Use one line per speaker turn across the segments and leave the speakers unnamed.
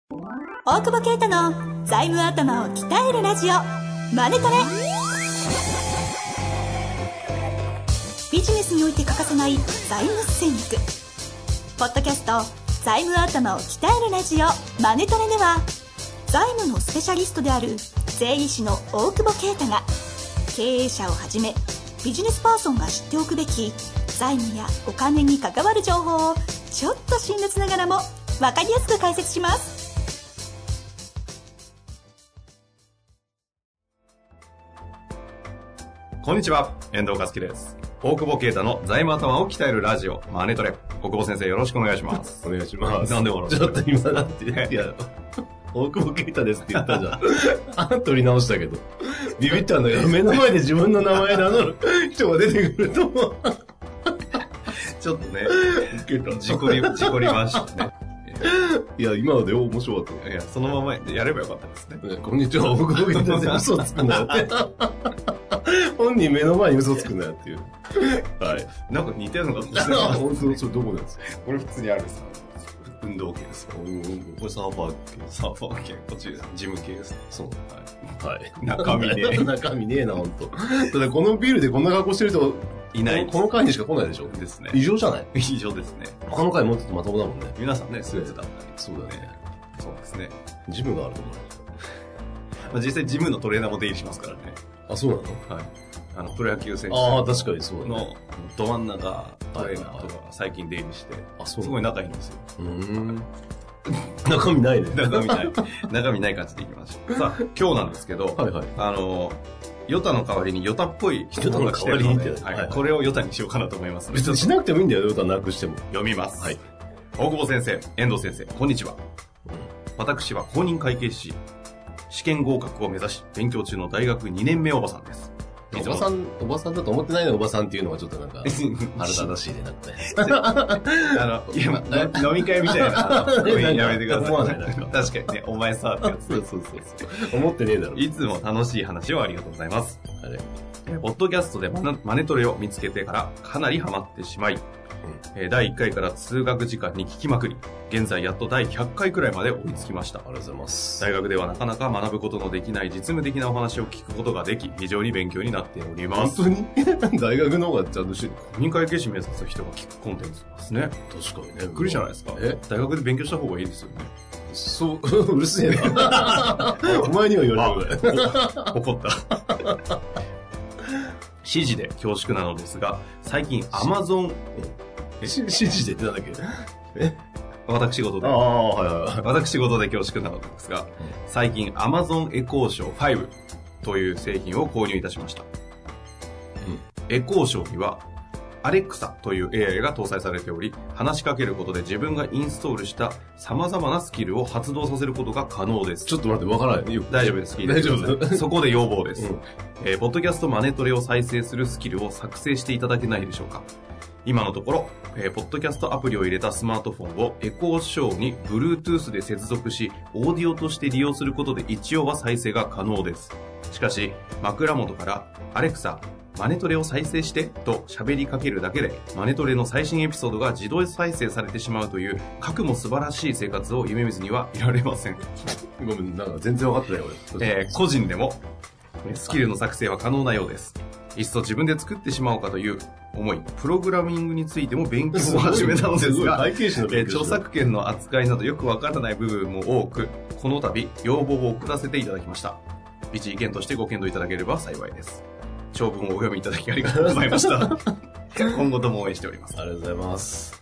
大久保啓太の財務頭を鍛えるラジオマネトレ。ビジネスにおいて欠かせない財務戦略。ポッドキャスト財務頭を鍛えるラジオマネトレでは、財務のスペシャリストである税理士の大久保啓太が、経営者をはじめビジネスパーソンが知っておくべき財務やお金に関わる情報をちょっと辛辣ながらも分かりやすく解説します。
こんにちは、遠藤和樹です。大久保啓太の財務頭を鍛えるラジオマネトレ。大久保先生、よろしくお願いします。
お願いします。
なんで笑うの？
ちょっと今だって、いや、大久保啓太ですって言ったじゃん。取り直したけど。ビビったのよ。目の前で自分の名前名乗る人が出てくると思う。
ちょっとね、事故りましたね。
いや、今ので面白かった。
いや、そのままやればよかったですね。
こんにちは、大久保啓太です。嘘つくなよって。本人目の前に嘘つくなよっていう。はい。
なんか似てるのかもしれない。
本当にそれどこですか？
これ普通にあるさ。運動系です。
これサーファー系。
サーファー系。こっちジム系です。
そう。はい。
中身ねえ。
中身ねえな、ほんと。ただこのビルでこんな格好してる人
いない。
この回にしか来ないでしょ？
ですね。
異常じゃない？
異常ですね。
他の回もうちょっとまともだもんね。
皆さんね、スーツだったり。
そうだね。
そうですね。
ジムがあると思う。
まあ、実際ジムのトレーナーも出入りしますからね。
あ、そうなの？
はい。プロ野球選手
ああ、確かにそうだね。
のど真ん中トレーナーとか最近出入りして、すごい仲いいんですよ。
中身ないね。
中身ない感じでいきましょう。さあ、今日なんですけど、
はいはい。
ヨタの代わりにヨタっぽい人が来てるので、これをヨタにしようかなと思います。
別にしなくてもいいんだよ、ヨタなくしても。
読みます。
はい。
大久保先生、遠藤先生、こんにちは。私は公認会計士、試験合格を目指し、勉強中の大学2年目おばさんです。
おばさんだと思ってないのおばさんっていうのはちょっとなんか、腹立たしいでなくて。
飲み会みたいな、やめてください。
思わないなんか。
確かにね、お前さ、ってやつ。
そう。思ってねえだろ。
いつも楽しい話をありがとうございます。
あれ
ポッドキャストでマネトレを見つけてからかなりハマってしまい、第1回から通学時間に聞きまくり、現在やっと第100回くらいまで追いつきました。
ありがとうございます。
大学ではなかなか学ぶことのできない実務的なお話を聞くことができ、非常に勉強になっております。
本当に大学の方がちゃんとしてる。
公認会計士目指す人が聞くコンテンツですね。
確かにね。
びっくりじゃないですか。大学で勉強した方がいいですよね。
そう、うるせえな。お前には言われるぐらい。
怒った。指示で恐縮なのですが、最近 Amazon、
指示でってなんだっけ？
私事で。私事で恐縮なのですが、最近 Amazon エコーショー5という製品を購入いたしました。エコーショーには、アレクサという AI が搭載されており、話しかけることで自分がインストールした様々なスキルを発動させることが可能です。
ちょっと待って、わからない。
大丈夫です。
大丈夫。
そこで要望です。ポッドキャストマネトレを再生するスキルを作成していただけないでしょうか。今のところ、ポッドキャストアプリを入れたスマートフォンをエコーショーに Bluetooth で接続し、オーディオとして利用することで一応は再生が可能です。しかし、枕元からアレクサ、マネトレを再生してと喋りかけるだけでマネトレの最新エピソードが自動再生されてしまうというかくも素晴らしい生活を夢見ずにはいられません。
ごめん、なんか全然分かってない
俺。個人でもスキルの作成は可能なようです。いっそ自分で作ってしまおうかという思い、プログラミングについても勉強を始めたのですが、著作権の扱いなどよくわからない部分も多く、この度要望を送らせていただきました。一意見としてご検討いただければ幸いです。長文をお読みいただきありがとうございました。今後とも応援しております。
ありがとうございます。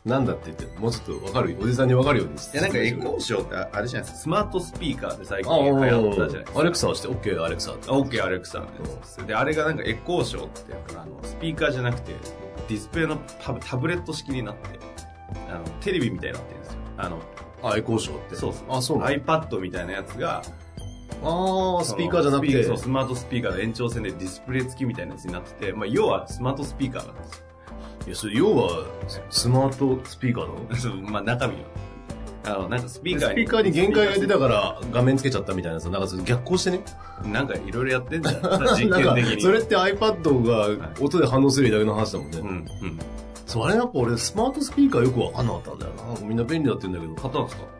なんだって言って、もうちょっとわかる、おじさんにわかるようにして。
なんかエコーショーってあれじゃないですか、スマートスピーカーで最近流行ったじゃないですか。
アレクサをして、OK アレクサって。
OK アレクサです。で、あれがなんかエコーショーってスピーカーじゃなくて、ディスプレイのタブレット式になって、テレビみたいになってるんですよ。
エコーショーって。
そうそう。iPad みたいなやつが、
スピーカーじゃなくて。
そう、スマートスピーカーの延長線でディスプレイ付きみたいなやつになってて、まあ、要はスマートスピーカーなんですよ。
いや、それ要は、スマートスピーカーの
そう、まあ、中身は。なんかスピーカ
ーに限界が出たから画面つけちゃったみたいなさ、なんかそれ逆行してね。
なんかいろいろやってんじゃん。実験的に。
それって iPad が音で反応するだけの話だもんね。そう、あれやっぱ俺スマートスピーカーよくわかんなかったんだよな。みんな便利だって言うんだけど。
買ったんですか？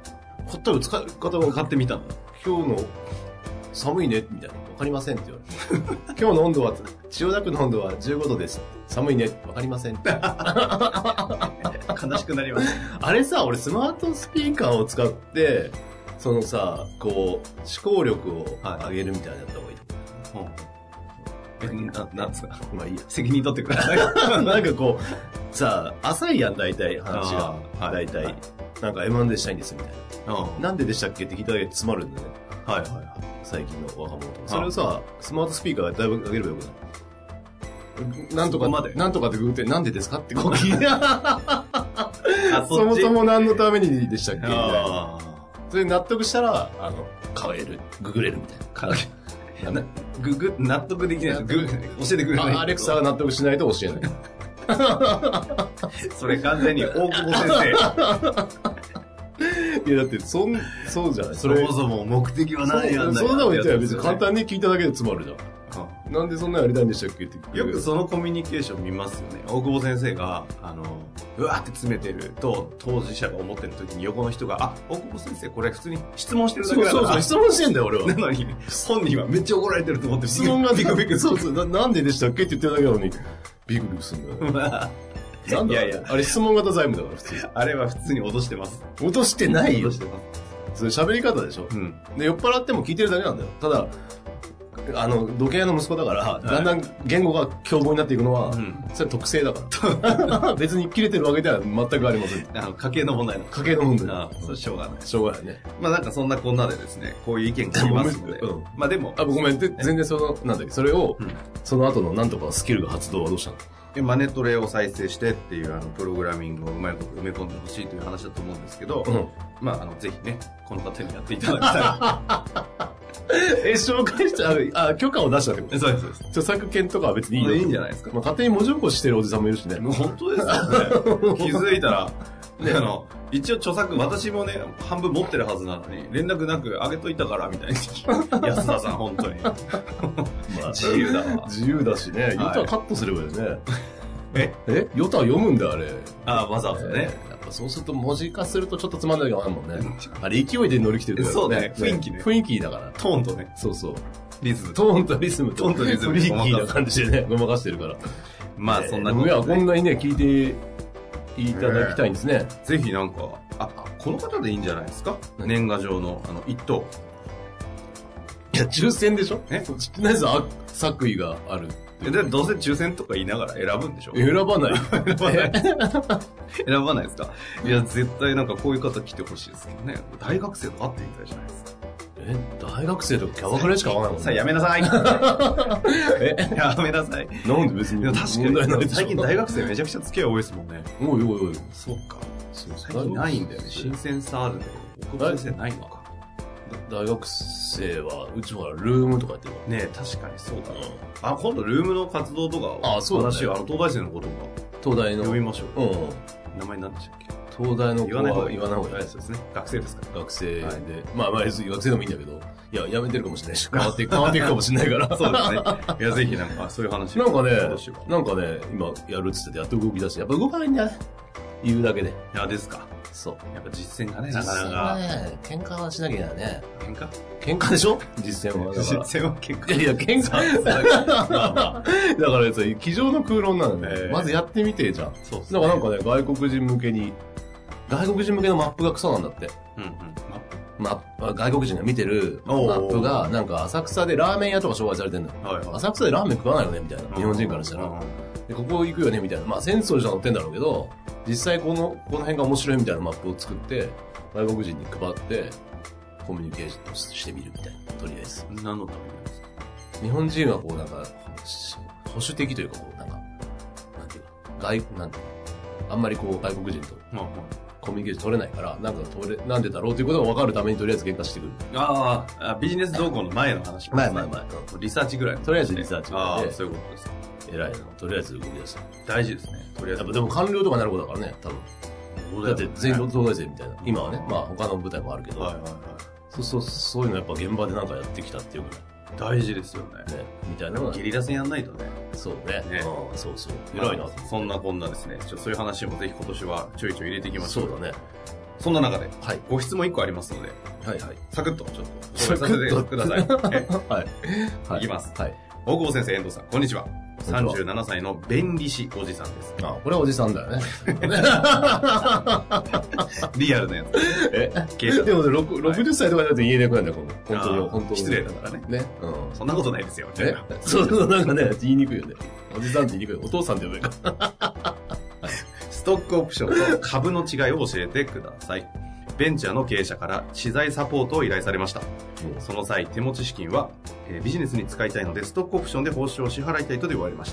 買ったよ、使い方を
買ってみたの。
今日の寒いね、みたいな。わかりませんって言われて。今日の温度は、千代田区の温度は15度です。寒いね、わかりませんって。
悲しくなります。
あれさ、俺スマートスピーカーを使って、そのさ、こう、思考力を上げるみたいなやった方がいいと思う。
なんですか。
まあいいや。
責任取ってください。
なんかこう、さ、浅いやん、大体話が。大体。なんか M1 でしたいんですみたいな。なんででしたっけって聞いただけで詰まるんだよね。
はいはい。
最近の若者と。それをさ、スマートスピーカーでだいぶ上げればよくない？なんとかまで。なんとかってググって、なんでですかってこう聞いて。そもそも何のためにでしたっけみたいな。それ納得したら、買える、ググれるみたいな。
納得できない。教えてくれない。
アレクサが納得しないと教えない。
それ完全に大久保先
生。いやだってそうじゃない。
そもそも目的は何やんだよ。
そんなこと言ったら別に簡単に聞いただけで詰まるじゃん。なんでそんなやりたいんでしたっけって
よくそのコミュニケーション見ますよね。大久保先生がうわーって詰めてると当事者が思ってる時に横の人が大久保先生これ普通に質問してるだけだから。
そう質問してんだよ俺は。
なのに本人はめっちゃ怒られてると思って
質問がビクビク。そうなんででしたっけって言ってるだけなのにビクビクするんだよ。なんだいやいやあれ質問型財務だから普通。
あれは普通に脅してます。
脅してないよ。
脅してます。
それ喋り方でしょ。で酔っ払っても聞いてるだけなんだよ。ただ土建屋の息子だから、だんだん言語が凶暴になっていくのは、それは特性だから。別に切れてるわけでは全くありません。
家計の問題
家計の問題。
それしょうがない。
しょうがないね。
まあなんかそんなこんなでですね、こういう意見がありますので。まあでも。
ごめん、全然なんだっけ、それを、その後のなんとかスキルが発動はどうしたの？
マネトレを再生してっていうプログラミングをうまいこと埋め込んでほしいという話だと思うんですけど、まあぜひね、この方にやっていただきたい。
紹介した許可を出したってこと？
そうです。
著作権とかは別にいいの？
いいんじゃないですか。
まあ勝手に文字起こししてるおじさんもいるしね。
本当ですよね。気づいたら、ね、一応著作、私もね、半分持ってるはずなのに、連絡なくあげといたからみたいに。安田さん、本当に。まあ、自由だわ。
自由だしね。ヨタカットすればいいよね。ヨタ読むんだよ、あれ。
わざわざね。
やっぱそうすると文字化するとちょっとつまんないのがあるもんね。あれ勢いで乗り切ってるからね。
そうね。雰囲気ね。
雰囲気だから。
トーンとね。
そうそう。
リズム。
トーンとリズムと。
トーンとリズム。
フリーキーな感じでね、ごまかしてるから。
まあ、そんなこと
いや、こんなにね、聞いていただきたいんですね。
ぜひなんか、この方でいいんじゃないですか？年賀状の、一等。
いや、抽選でしょ？なぜ作為がある。
どうせ抽選とか言いながら選ぶんでしょ？
選ばない。
選ばないですか？いや、絶対なんかこういう方来てほしいですけどね。大学生と会ってみたいじゃないですか。
大学生とかキャバクラしか会わないもんね。
さあ、やめなさい。やめなさい。
なんで別に。
確かに。最近大学生めちゃくちゃ付き合い多いですもんね。
おい。
そうか。最近ないんだよね。新鮮さあるね。僕先生ないのか。
大学生は、うちほら、ルームとかやってるから。
ねえ、確かにそうだな。今度ルームの活動とか、
そうだね。
話を、東大生のことが。
東大の。
呼びましょう。名前何でしたっけ？
東大の子は
言わない方がいいですね。学生ですから。
学生で。まあ、学生でもいいんだけど、いや、やめてるかもしれないし、変わっていくかもしれないから。
そうですね。いや、ぜひなんか、そういう話
なんかね、今、やるっつってて、やっと動き出して、やっぱ動かないんだね。言うだけで。
いや、ですか。
そう。
やっぱ実践がね、なかなか。
喧嘩はしなきゃいけないね。
喧
嘩でしょ？実践は。
実践は喧嘩。
いや、喧嘩。だからさ、机上の空論なのね。まずやってみてじゃん。
そう
だからなんかね、外国人向けのマップがクソなんだって。外国人が見てるマップが、なんか浅草でラーメン屋とか紹介されてんの。浅草でラーメン食わないよねみたいな。日本人からしたら。ここ行くよねみたいな。まあ、浅草寺は載ってんだろうけど、実際この辺が面白いみたいなマップを作って、外国人に配って、コミュニケーションしてみるみたいな。とりあえず。
何のためにですか？
日本人はこうなんか、保守的というかこう、なんか、なんていうか、あんまりこう外国人とコミュニケーション取れないから、なんでだろうということが分かるためにとりあえず喧嘩してくる。
ビジネス動向の前の話。
前。
リサーチぐらい。
とりあえずリサーチぐらいで。
そういうことです。
偉いな。とりあえず動き出した。
大事ですね。とりあえず。
やっぱでも官僚とかなることだからね、多分。だって全員東大生みたいな。今はね、まあ他の舞台もあるけど。そういうのやっぱ現場でなんかやってきたっていうぐらい。
大事ですよね。
みたいなのが。
ゲリラ戦やんないとね。
そうね。そう。偉いな。
そんなこんなですね。そういう話もぜひ今年はちょいちょい入れていきましょう。
そうだね。
そんな中で、
はい、
ご質問1個ありますので、
はいはい。
サクッとちょっと紹介させてください。
はい。
いきます。
はい。
大久保先生、遠藤さん、こんにちは。37歳の弁理士おじさんです。
あ、これはおじさんだよね。
リアルなやつ。
でも60歳とかだと言えなくなるんだよ、本当に。本当に。
失礼だからね。
ね。
そんなことないですよ。
そう、なんかね、言いにくいよね。おじさんって言いにくい。お父さんって呼べるか。
ストックオプションと株の違いを教えてください。ベンチャーの経営者から知財サポートを依頼されました。その際、手持ち資金は、ビジネスに使いたいのでストックオプションで報酬を支払いたいと言われました。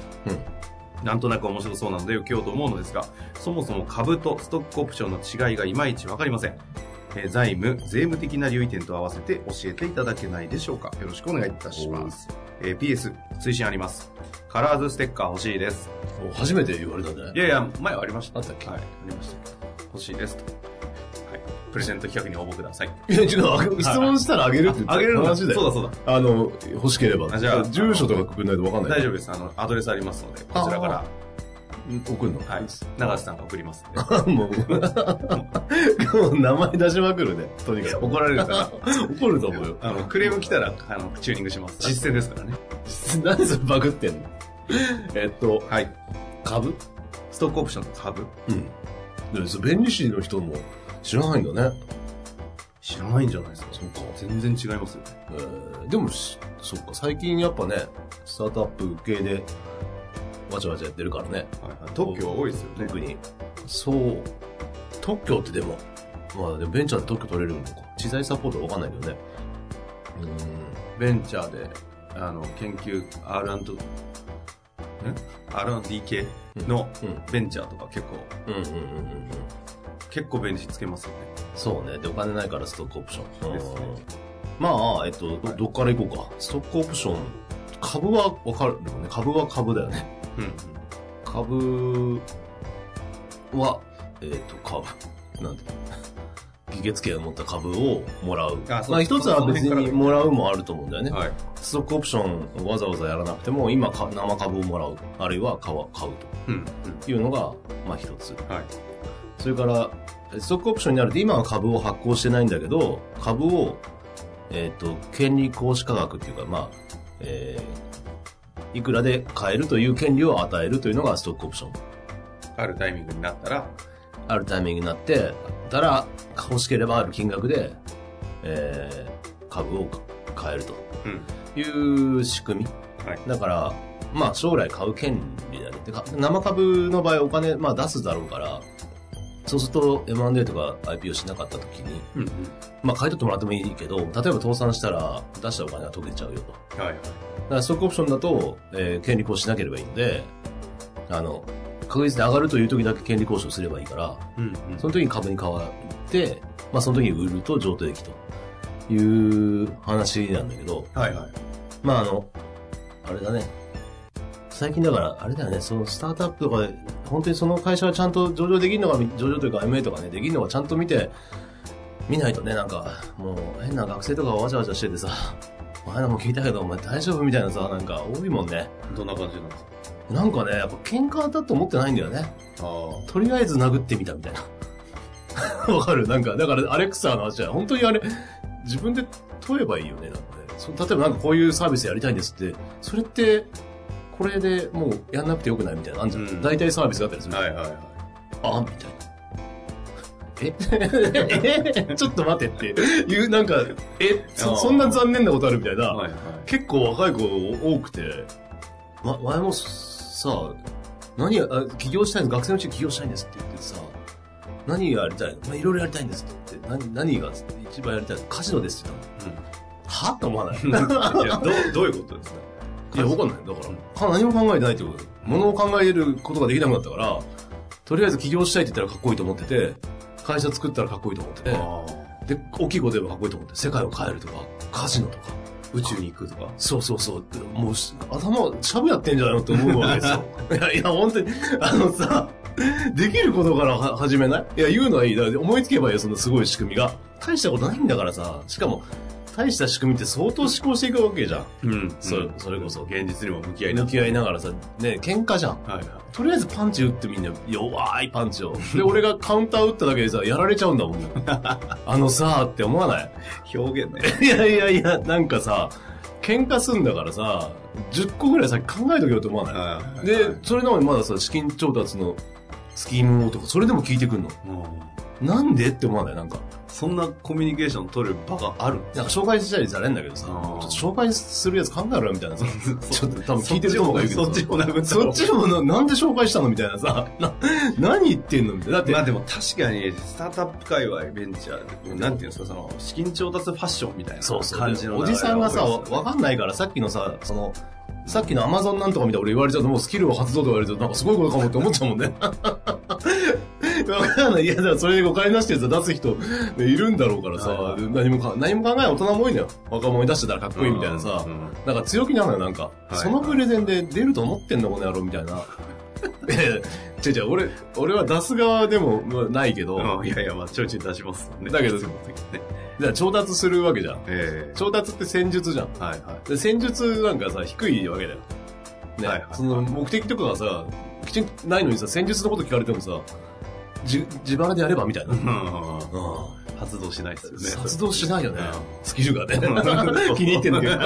なんとなく面白そうなので受けようと思うのですが、そもそも株とストックオプションの違いがいまいちわかりません。財務、税務的な留意点と合わせて教えていただけないでしょうか。よろしくお願いいたします。PS、推進あります。カラーズステッカー欲しいです。
初めて言われたね。
いやいや、前はありました。
あったっけ？
はい、ありました。欲しいですと。プレゼント企画に応募ください。
いや、違う、質問したらあげるって言って。
あげるの
話で。
そうだそうだ。
欲しければ。
じゃあ、
住所とかくくんないと分かんない。
大丈夫です。アドレスありますので、こちらから。
送るの？
はい。長瀬さんが送りますんで。
もう名前出しまくるね。とにかく。
怒られるから。
怒ると思うよ。
クレーム来たら、チューニングします。実践ですからね。
何でそれバグってんの？
はい。
株？
ストックオプションの株？
うん。弁理士の人も知らないんだね。
知らないんじゃないですか。
そうか。
全然違いますよね。
でも、そっか。最近やっぱね、スタートアップ系で、わちゃわちゃやってるからね。
はい、特許多いですよね。
特に。そう。特許ってでも、まあでもベンチャーで特許取れるのか。知財サポートはわかんないけどね。
ベンチャーで、研究、R&D 系のベンチャーとか結構、結構便利しつけますよね。
そうね。で、お金ないからストックオプション。
ですね。
まあ、どっから行こうか。ストックオプション。株はわかるよね。株は株だよね。株は、株。なんて議決権を持った株をもらう。まあ一つは別にもらうもあると思うんだよね。はい、ストックオプションをわざわざやらなくても、今生株をもらう。あるいは買うというのが、まあ一つ。はい、それから、ストックオプションになると今は株を発行してないんだけど、株を、権利行使価格っていうか、まあ、いくらで買えるという権利を与えるというのがストックオプション。
あるタイミングになったら、
欲しければある金額で、株を買えるという仕組み。はい、だから、まあ将来買う権利だね。生株の場合お金、まあ出すだろうから、そうすると M&A とか IPO しなかった時に、まあ買い取ってもらってもいいけど、例えば倒産したら出したお金が溶けちゃうよと。はいはい。だからストックオプションだと、権利行使しなければいいので、確実に上がるという時だけ権利交渉すればいいから、その時に株に変わって、まあその時に売ると譲渡益という話なんだけど、はいはい。まああれだね。最近だから、あれだよね、そのスタートアップとかで、本当にその会社はちゃんと上場できるのが、上場というか MA とかね、できるのがちゃんと見ないとね、なんか、もう変な学生とかわちゃわちゃしててさ、前のも聞いたけど、お前大丈夫みたいなさ、なんか多いもんね。
どんな感じなんですか？
なんかね、やっぱ喧嘩だと思ってないんだよね。とりあえず殴ってみたみたいな。わかる？なんか、だからアレクサの話は、本当にあれ、自分で問えばいいよね、なんかね。例えばなんかこういうサービスやりたいんですって、それって、これでもうやんなくてよくないみたいな、あんじゃん。大体サービスがあったりする。はいはいはい。あみたいな。ちょっと待ってっていう、なんか、そんな残念なことあるみたいな。はいはい、結構若い子多くて、前もさ、起業したいんです、学生のうちに起業したいんですって言ってさ、何やりたいの？いろいろやりたいんですって言って、何が一番やりたいの？カジノですって言ったの。は？と思わない。
いや、どういうことですか？
いや、わかんない。だから、何も考えてないってことだよ。物を考えることができなくなったから、とりあえず起業したいって言ったらかっこいいと思ってて、会社作ったらかっこいいと思ってて、で、大きいこと言えばかっこいいと思って、世界を変えるとか、カジノとか、
宇宙に行くとか。
そう。もう、頭、シャブやってんじゃないのって思うわけですよ。いや、本当に、さ、できることから始めない？いや、言うのはいい。だから思いつけばいいよ、そのすごい仕組みが。大したことないんだからさ、しかも、 大した仕組みって相当思考していくわけじゃん。
うん。
それこそ。
現実にも向き
合いながらさ、ね、喧嘩じゃん。
はいはい。
とりあえずパンチ打ってみんな弱いパンチを。で、俺がカウンター打っただけでさ、やられちゃうんだもん。さーって思わない？
表現ね。
いや、なんかさ、喧嘩すんだからさ、10個ぐらい先考えとけよって思わない？で、それなのにまださ、資金調達のスキームとか、それでも聞いてくんの。なんでって思わない？なんか。
そんなコミュニケーション取る場がある？
なんか紹介したりされんだけどさ、ちょっと紹介するやつ考えろよみたいなさ、ちょっと多分聞いてると思うが言うけど、
そっちも殴った
そっちもなんで紹介したのみたいなさ、何言ってんのみたいな。だって
まあでも確かにスタートアップ界隈ベンチャー、なんていうんですか、その資金調達ファッションみたいな感じの。
おじさんがさ、わかんないからさっきのさ、さっきのアマゾンなんとかみたいな俺言われちゃうともうスキルを発動とか言われるとなんかすごいことかもって思っちゃうもんね。わかんない。いや、だからそれで誤解なしってやつ出す人いるんだろうからさ、何も考えない大人も多いのよ。若者に出してたらかっこいいみたいなさ、なんか強気なのよ、なんか。そのプレゼンで出ると思ってんのこの野郎みたいな。違う、俺は出す側でもないけど。
いや、まあちょいちょい出しますね。
だけど、調達するわけじゃん。調達って戦術じゃん。
はいはい。
で戦術なんかさ、低いわけだよ。ね。はいはい、その目的とかがさ、きちんとないのにさ、戦術のこと聞かれてもさ、自腹でやればみたいな。
発動しないですよね。
発動しないよね。スキルがね。気に入ってんだけど。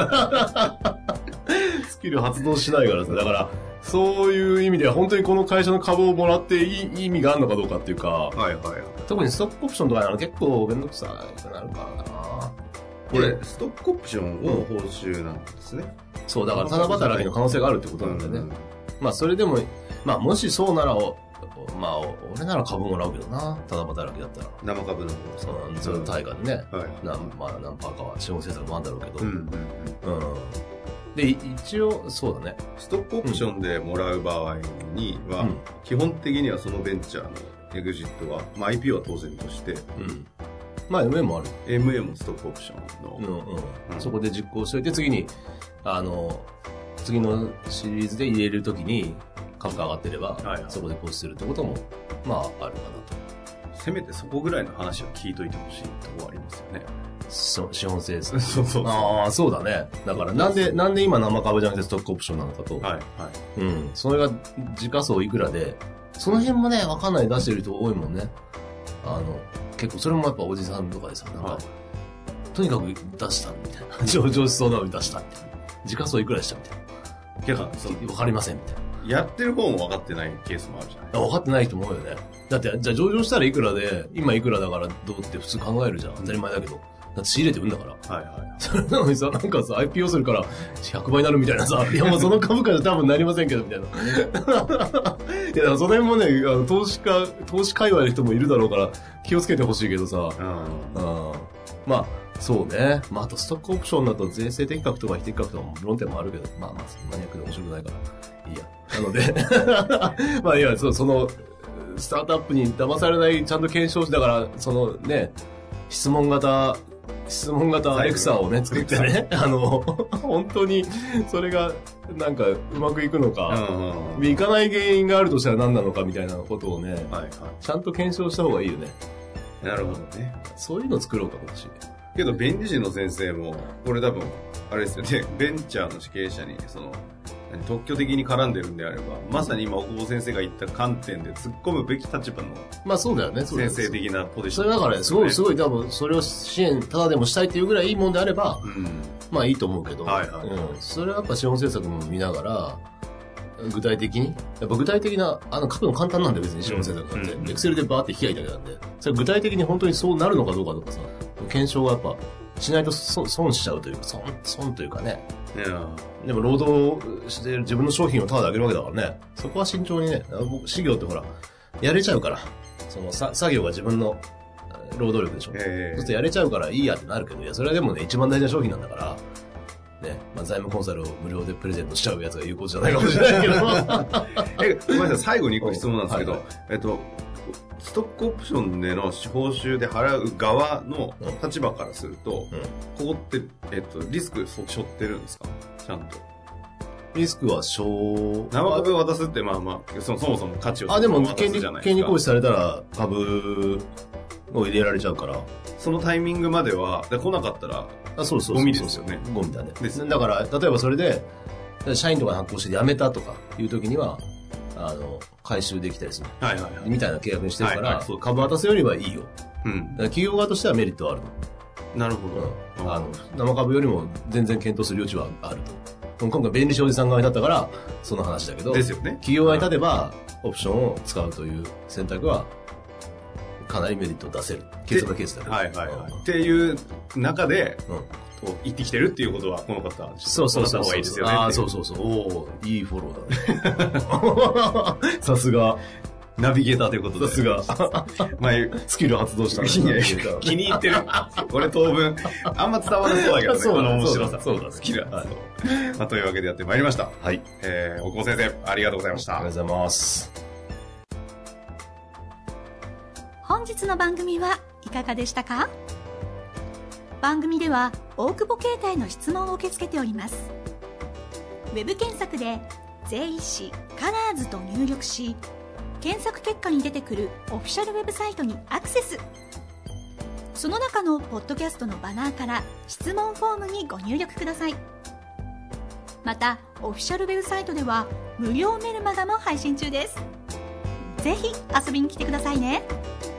スキル発動しないからさ。だから、そういう意味では本当にこの会社の株をもらっていい意味があるのかどうかっていうか。
はいはい。
特にストックオプションとかなら結構めんどくさくなるからな。
これ、ストックオプションを報酬なんですね。
そう、だからただ働きの可能性があるってことなんだよね。まあそれでも、まあもしそうならまあ、俺なら株もらうけどな。ただ働きだったら。
生株の方。
その対価でね。
はい。
まあ何パーかは資本政策もあるんだろうけど。で、一応、そうだね。
ストックオプションでもらう場合には、基本的にはそのベンチャーのエグジットは、まあ IP は当然として、
まあ MA もある。
MA もストックオプションの。
そこで実行しといて、次に、次のシリーズで入れるときに、株価上がってれば、そこで投資するってことも、まあ、あるかなと。
せめてそこぐらいの話を聞いといてほしいところありますよね。
資本政策。
そう。
ああ、そうだね。だから、なんで今生株じゃなくてストックオプションなのかと。それが時価総いくらで、その辺もね、わかんないで出してる人多いもんね。結構、それもやっぱおじさんとかでさ、なんか、とにかく出したみたいな。上場しそうなのに出したみたいな。時価総いくらでしたみたいな。わかりませんみたいな。
やってる方も分かってないケースもあるじゃない。
分かってない人も多いよね。だって、じゃあ上場したらいくらで、今いくらだからどうって普通考えるじゃん。当たり前だけど。だって仕入れて売んだから。
はいはい。
それなのにさ、なんかさ、IPO するから100倍になるみたいなさ、いやもうその株価じゃ多分なりませんけど、みたいな。いや、だからその辺もね、投資界隈の人もいるだろうから気をつけてほしいけどさ。まあ、そうね。まあ、あとストックオプションだと税制的確とか非的確とかも論点もあるけど、まあ、マニアックで面白くないから、いいや。なので、まあ、いや、その、スタートアップに騙されない、ちゃんと検証しながら、そのね、質問型アレクサをね、作ってね、本当に、それが、なんか、うまくいくのか、いかない原因があるとしたら何なのかみたいなことをね、ちゃんと検証した方がいいよね。
なるほどね。
そういうの作ろうかもしれない。
けど、弁理士の先生も、これ多分、あれですよね、ベンチャーの経営者に、特許的に絡んでるんであれば、まさに今、大久保先生が言った観点で突っ込むべき立場の、
まあそうだよね、
先生的なポジション、
それだからね、すごい多分、それを支援、ただでもしたいっていうぐらいいいもんであれば、まあいいと思うけど、それはやっぱ資本政策も見ながら、具体的にやっぱ具体的な、書くの簡単なんで別に資本政策なんて、エクセルでバーって引きゃいいだけなんで、それ具体的に本当にそうなるのかどうかとかさ、検証がやっぱ、しないと損しちゃうというか、損というかね。でも労働して自分の商品をタダであげるわけだからね。そこは慎重にね、事業ってほら、やれちゃうから、その作業が自分の労働力でしょ。そうするとやれちゃうからいいやってなるけど、いや、それはでもね、一番大事な商品なんだから、ね、まあ、財務コンサルを無料でプレゼントしちゃうやつが有効じゃないかもしれないけど。
ごめんなさい、最後に一個質問なんですけど、ストックオプションでの報酬で払う側の立場からすると、ここって、リスク背負ってるんですか？ちゃんと。
リスクは生
株渡すって、まあまあ、そもそも価値を
でも権利行使されたら株を入れられちゃうから。
そのタイミングまでは、来なかったら、
そう
ゴミですよね。
ゴミだね。だから、例えばそれで、社員とか発行して辞めたとかいう時には、回収できたりする。
はいはいはい。
みたいな契約にしてるから、株渡すよりはいいよ。だから企業側としてはメリットはある
の。なるほど。
生株よりも全然検討する余地はあると。今回便利商事さん側に立ったから、その話だけど、
ですよね。
企業側に立てば、オプションを使うという選択は、かなりメリットを出せる。ケースバイケースだけど。
はいはいはい。っていう中で、行ってきてるっていうことは、この方、
そうそうそう。
方がいいですよね。
そうそうそう。いいフォローだね。さすが。
ナビゲーターということで。
さすが。スキル発動した
ね。気に入ってる。これ当分、あんま伝わらそうだけどね。この面白さ。
そうだ。
スキル発動。というわけでやってまいりました。
はい。
大久保先生、ありがとうございました。
ありがとうございます。
本日の番組はいかがでしたか？番組では大久保携帯の質問を受け付けております。ウェブ検索で税理士カラーズと入力し、検索結果に出てくるオフィシャルウェブサイトにアクセス。その中のポッドキャストのバナーから質問フォームにご入力ください。またオフィシャルウェブサイトでは無料メルマガも配信中です。ぜひ遊びに来てくださいね。